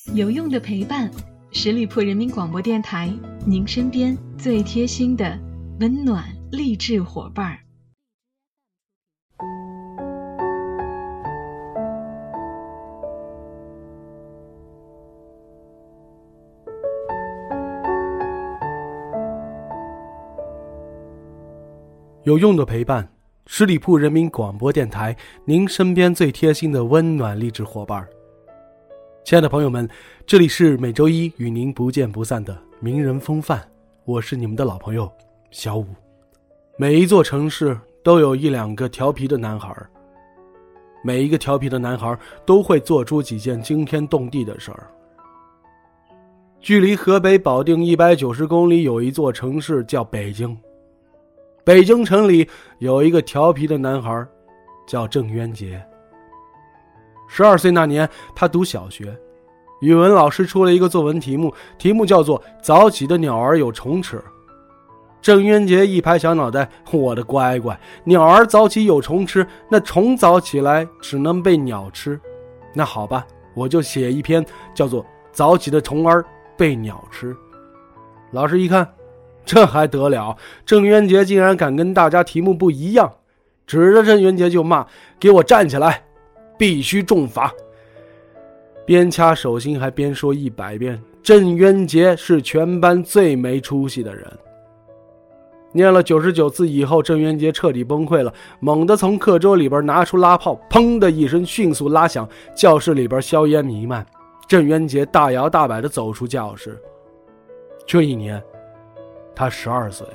有用的陪伴，十里铺人民广播电台，您身边最贴心的温暖励志伙伴。 有用的陪伴，十里铺人民广播电台，您身边最贴心的温暖励志伙伴。亲爱的朋友们，这里是每周一与您不见不散的名人风范，我是你们的老朋友小武。每一座城市都有一两个调皮的男孩，每一个调皮的男孩都会做出几件惊天动地的事儿。距离河北保定190公里有一座城市叫北京，北京城里有一个调皮的男孩叫郑渊洁。12岁那年他读小学，语文老师出了一个作文题目叫做早起的鸟儿有虫吃。郑渊洁一拍小脑袋，我的乖乖，鸟儿早起有虫吃，那虫早起来只能被鸟吃。那好吧，我就写一篇叫做早起的虫儿被鸟吃。老师一看，这还得了，郑渊洁竟然敢跟大家题目不一样，指着郑渊洁就骂，给我站起来，必须重罚。边掐手心还边说100遍，郑渊洁是全班最没出息的人。念了99次以后，郑渊洁彻底崩溃了，猛地从课桌里边拿出拉炮，砰的一声迅速拉响，教室里边硝烟弥漫。郑渊洁大摇大摆地走出教室。这一年他12岁。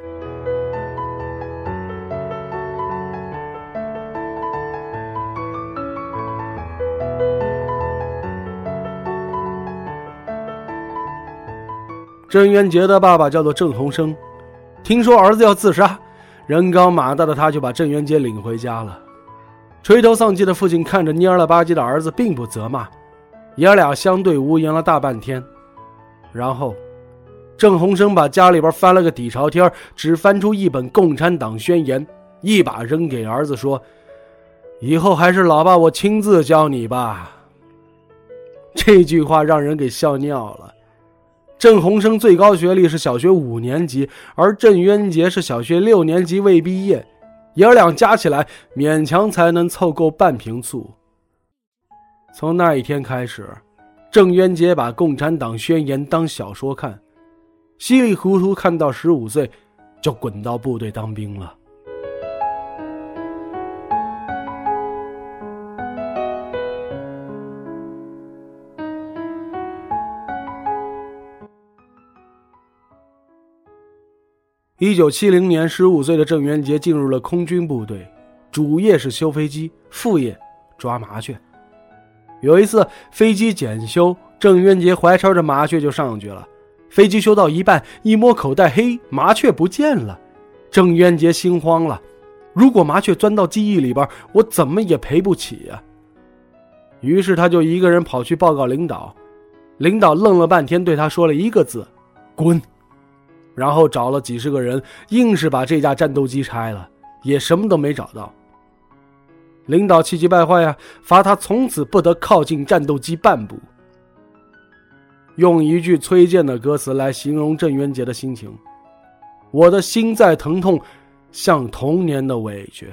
郑渊洁的爸爸叫做郑鸿生，听说儿子要自杀，人高马大的他就把郑渊洁领回家了。垂头丧气的父亲看着蔫了吧唧的儿子并不责骂，爷俩相对无言了大半天。然后郑鸿生把家里边翻了个底朝天，只翻出一本共产党宣言，一把扔给儿子说，以后还是老爸我亲自教你吧。这句话让人给笑尿了。郑鸿生最高学历是小学5年级，而郑渊洁是小学6年级未毕业，爷俩加起来勉强才能凑够半瓶醋。从那一天开始，郑渊洁把共产党宣言当小说看，稀里糊涂看到15岁就滚到部队当兵了。1970年15岁的郑渊洁进入了空军部队，主业是修飞机，副业抓麻雀。有一次飞机检修，郑渊洁怀揣着麻雀就上去了，飞机修到一半，一摸口袋，嘿，麻雀不见了。郑渊洁心慌了，如果麻雀钻到机翼里边，我怎么也赔不起啊。于是他就一个人跑去报告领导，领导愣了半天，对他说了一个字，滚。然后找了几十个人，硬是把这架战斗机拆了，也什么都没找到。领导气急败坏啊，罚他从此不得靠近战斗机半步。用一句崔健的歌词来形容郑渊洁的心情，我的心在疼痛，像童年的委屈。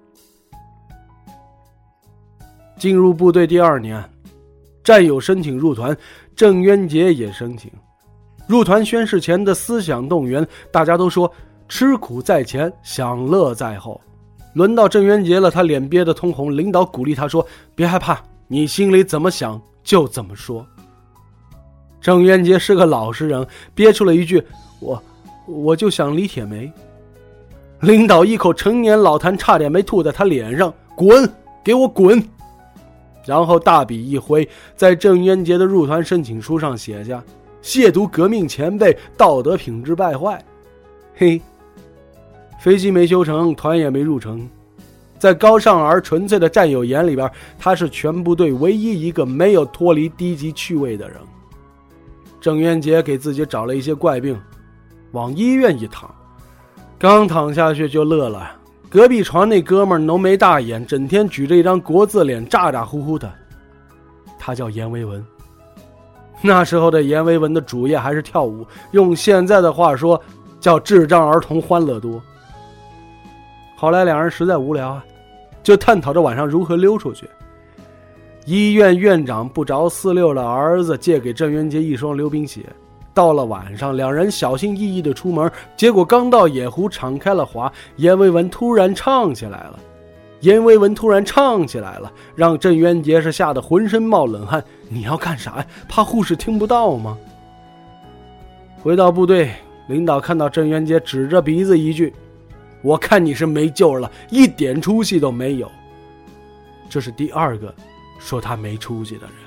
进入部队第2年，战友申请入团，郑渊洁也申请。入团宣誓前的思想动员，大家都说吃苦在前，享乐在后。轮到郑渊洁了，他脸憋得通红，领导鼓励他说，别害怕，你心里怎么想就怎么说。郑渊洁是个老实人，憋出了一句，我就想李铁梅。领导一口陈年老痰差点没吐在他脸上，滚，给我滚。然后大笔一挥，在郑渊洁的入团申请书上写下，亵渎革命前辈，道德品质败坏。嘿，飞机没修成，团也没入成。在高尚而纯粹的战友眼里边，他是全部队唯一一个没有脱离低级趣味的人。郑渊洁给自己找了一些怪病，往医院一躺，刚躺下去就乐了。隔壁床那哥们儿浓眉大眼，整天举着一张国字脸，咋咋呼呼的。他叫阎维文。 那时候的阎维文的主业还是跳舞，用现在的话说叫智障儿童欢乐多。后来两人实在无聊啊，就探讨着晚上如何溜出去。医院院长不着四六的儿子借给郑渊洁一双溜冰鞋，到了晚上两人小心翼翼地出门，结果刚到野湖敞开了滑，阎维文突然唱起来了，让郑渊洁是吓得浑身冒冷汗。你要干啥呀？怕护士听不到吗？回到部队，领导看到郑渊洁指着鼻子一句，我看你是没救了，一点出息都没有。这是第二个说他没出息的人。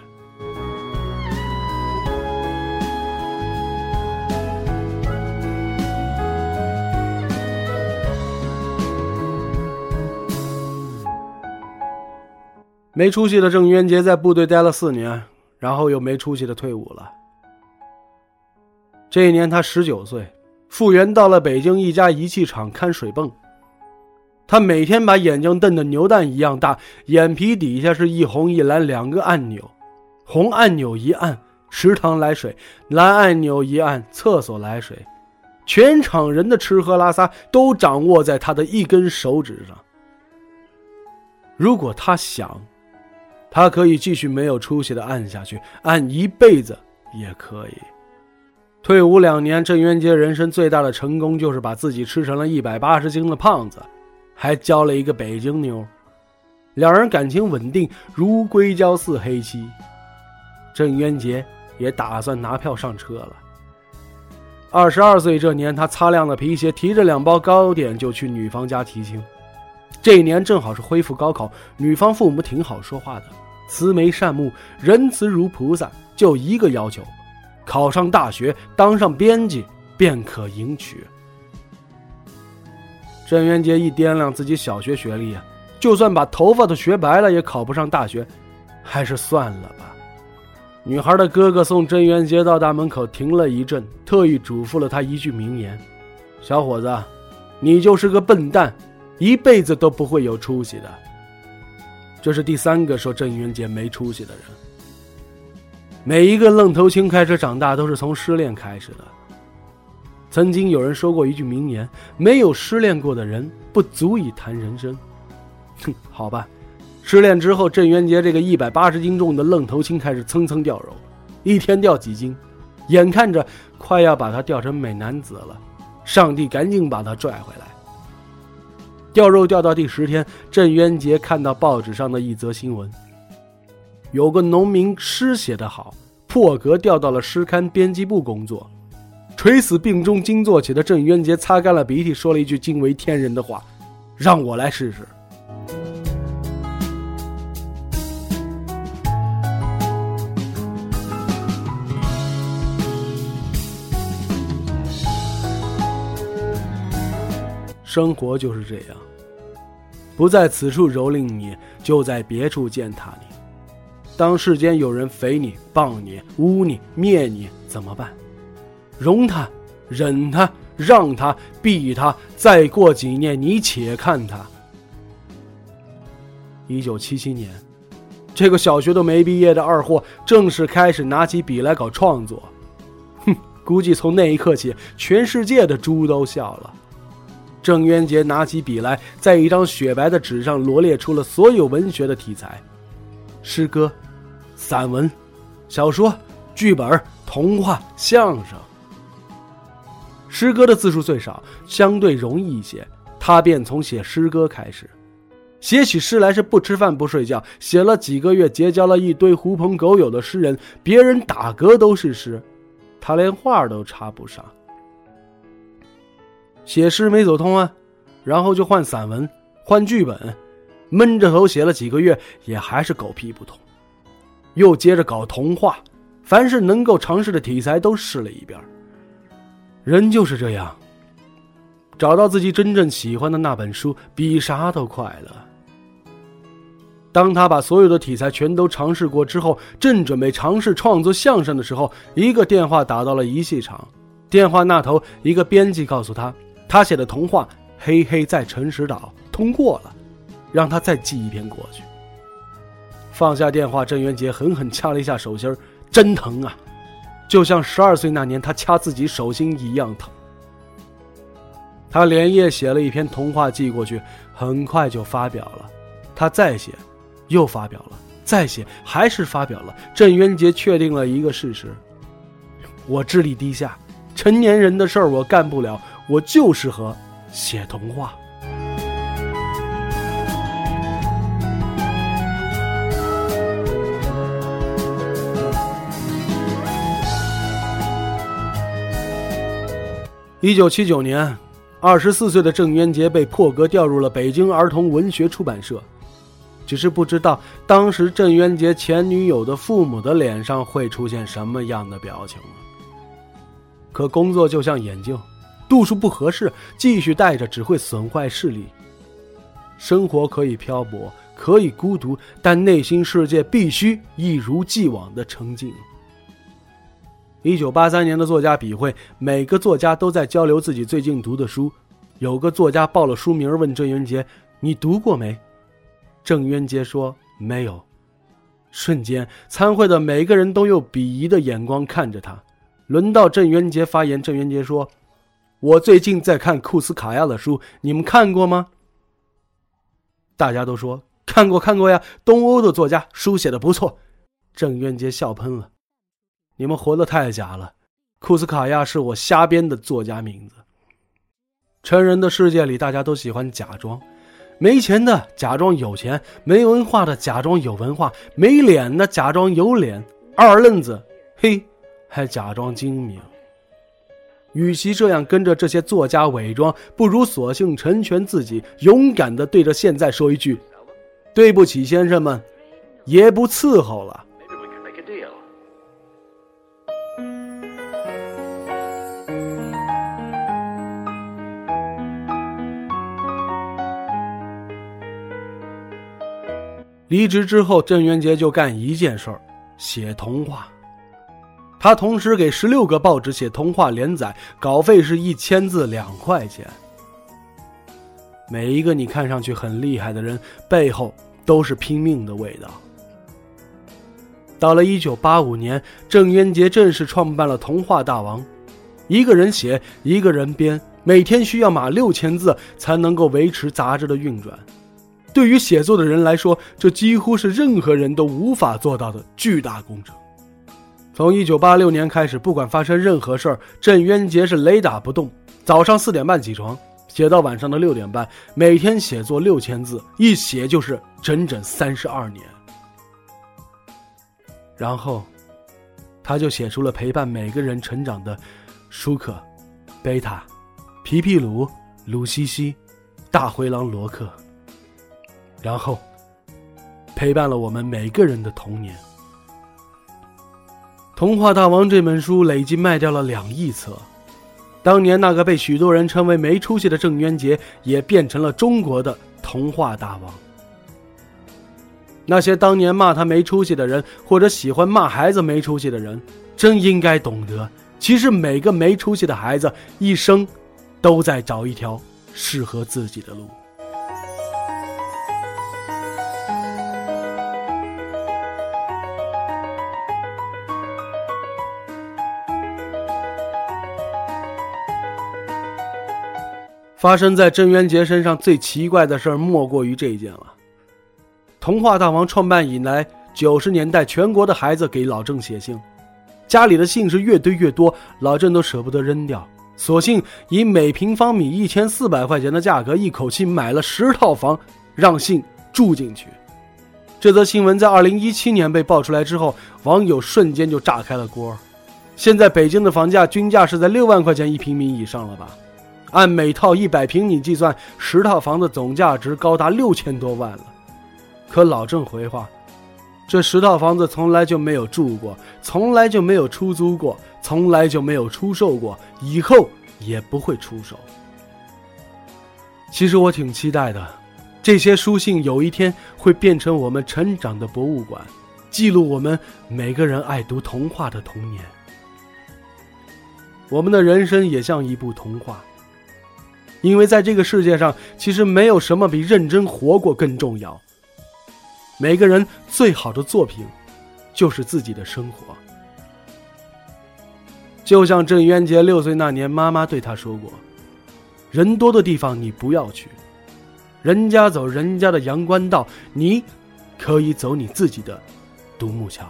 没出息的郑渊洁在部队待了4年，然后又没出息的退伍了。这一年他19岁，复员到了北京一家仪器厂看水泵。他每天把眼睛瞪得牛蛋一样大，眼皮底下是一红一蓝2个按钮，红按钮一按食堂来水，蓝按钮一按厕所来水，全场人的吃喝拉撒都掌握在他的一根手指上。如果他想，他可以继续没有出息的按下去，按一辈子也可以。退伍2年，郑渊洁人生最大的成功就是把自己吃成了180斤的胖子，还交了一个北京妞，两人感情稳定，如硅胶似黑漆。郑渊洁也打算拿票上车了。22岁这年，他擦亮了皮鞋，提着2包糕点就去女方家提亲。这一年正好是恢复高考，女方父母挺好说话的，慈眉善目，仁慈如菩萨，就一个要求，考上大学，当上编辑，便可迎娶。郑渊洁一掂量自己小学学历啊，就算把头发都学白了，也考不上大学，还是算了吧。女孩的哥哥送郑渊洁到大门口停了一阵，特意嘱咐了他一句名言：小伙子，你就是个笨蛋，一辈子都不会有出息的。这是第3个说郑渊洁没出息的人。每一个愣头青开始长大都是从失恋开始的。曾经有人说过一句名言，没有失恋过的人不足以谈人生。好吧，失恋之后，郑渊洁这个180斤重的愣头青开始蹭蹭掉肉，一天掉几斤，眼看着快要把他掉成美男子了，上帝赶紧把他拽回来。掉肉掉到第10天，郑渊洁看到报纸上的一则新闻，有个农民诗写得好，破格调到了诗刊编辑部工作。垂死病中惊坐起的郑渊洁擦干了鼻涕，说了一句惊为天人的话：让我来试试。生活就是这样，不在此处蹂躏你，就在别处践踏你。当世间有人肥你、谤你、污你、灭你，怎么办？容他，忍他，让他，避他，再过几年你且看他。1977年，这个小学都没毕业的二货正式开始拿起笔来搞创作。估计从那一刻起，全世界的猪都笑了。郑渊洁拿起笔来，在一张雪白的纸上罗列出了所有文学的题材：诗歌、散文、小说、剧本、童话、相声。诗歌的字数最少，相对容易一些，他便从写诗歌开始。写起诗来是不吃饭不睡觉，写了几个月，结交了一堆狐朋狗友的诗人，别人打嗝都是诗，他连话都插不上。写诗没走通啊，然后就换散文，换剧本，闷着头写了几个月，也还是狗屁不通。又接着搞童话，凡是能够尝试的题材都试了一遍。人就是这样，找到自己真正喜欢的那本书，比啥都快乐。当他把所有的题材全都尝试过之后，正准备尝试创作相声的时候，一个电话打到了仪器厂。电话那头，一个编辑告诉他，他写的童话《黑黑在诚实岛》通过了，让他再寄一篇过去。放下电话，郑渊洁狠狠掐了一下手心，真疼啊！ 就像12岁那年他掐自己手心一样疼。他连夜写了一篇童话寄过去，很快就发表了。他再写，又发表了，再写，还是发表了。郑渊洁确定了一个事实：我智力低下，成年人的事儿我干不了，我就适合写童话。1979年，24岁的郑渊洁被破格调入了北京儿童文学出版社。只是不知道当时郑渊洁前女友的父母的脸上会出现什么样的表情了。可工作就像眼镜，度数不合适，继续戴着只会损坏视力。生活可以漂泊，可以孤独，但内心世界必须一如既往的澄净。1983年的作家笔会，每个作家都在交流自己最近读的书。有个作家报了书名问郑渊洁：“你读过没？”郑渊洁说：“没有。”瞬间，参会的每个人都用鄙夷的眼光看着他。轮到郑渊洁发言，郑渊洁说：“我最近在看库斯卡亚的书，你们看过吗？”大家都说：“看过呀，东欧的作家，书写得不错。”郑渊洁笑喷了：“你们活得太假了，库斯卡亚是我瞎编的作家名字。”成人的世界里，大家都喜欢假装，没钱的假装有钱，没文化的假装有文化，没脸的假装有脸，二愣子，嘿，还假装精明。与其这样跟着这些作家伪装，不如索性成全自己，勇敢地对着现在说一句：“对不起，先生们，爷不伺候了。”离职之后，郑渊洁就干一件事儿，写童话。他同时给16个报纸写童话连载，稿费是1000字2块钱。每一个你看上去很厉害的人，背后都是拼命的味道。到了1985年，郑渊洁正式创办了童话大王，一个人写，一个人编，每天需要码6000字才能够维持杂志的运转。对于写作的人来说，这几乎是任何人都无法做到的巨大工程。从1986年开始，不管发生任何事儿，郑渊洁是雷打不动。早上4点半起床，写到晚上的6点半，每天写作6000字，一写就是整整32年。然后，他就写出了陪伴每个人成长的舒克、贝塔、皮皮鲁、鲁西西、大灰狼罗克。然后陪伴了我们每个人的童年。童话大王这本书累计卖掉了2亿册，当年那个被许多人称为没出息的郑渊洁也变成了中国的童话大王。那些当年骂他没出息的人，或者喜欢骂孩子没出息的人，真应该懂得，其实每个没出息的孩子一生都在找一条适合自己的路。发生在郑渊洁身上最奇怪的事儿莫过于这一件了。童话大王创办以来，90年代全国的孩子给老郑写信，家里的信是越堆越多，老郑都舍不得扔掉，索性以每平方米1400块钱的价格，一口气买了10套房，让信住进去。这则新闻在2017年被爆出来之后，网友瞬间就炸开了锅。现在北京的房价均价是在6万块钱1平米以上了吧？按每套100平米计算，10套房的总价值高达6000多万了。可老郑回话，这10套房子从来就没有住过，从来就没有出租过，从来就没有出售过，以后也不会出手。其实我挺期待的，这些书信有一天会变成我们成长的博物馆，记录我们每个人爱读童话的童年。我们的人生也像一部童话，因为在这个世界上，其实没有什么比认真活过更重要。每个人最好的作品就是自己的生活。 就像郑渊洁6岁那年，妈妈对他说过，人多的地方你不要去，人家走人家的阳关道，你可以走你自己的独木桥。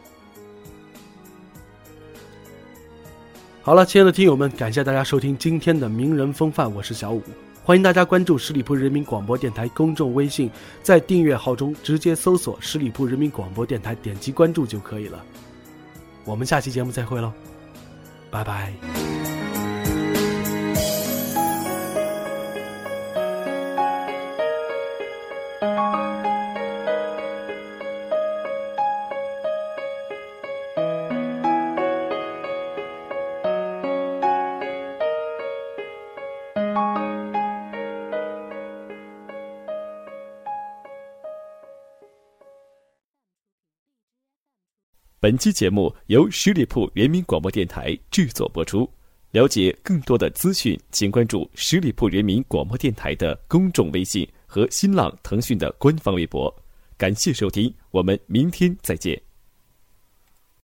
好了，亲爱的听友们，感谢大家收听今天的名人风范，我是小武。欢迎大家关注十里铺人民广播电台公众微信，在订阅号中直接搜索十里铺人民广播电台，点击关注就可以了。我们下期节目再会喽，拜拜。 本期节目由十里铺人民广播电台制作播出。了解更多的资讯，请关注十里铺人民广播电台的公众微信和新浪、腾讯的官方微博。感谢收听，我们明天再见。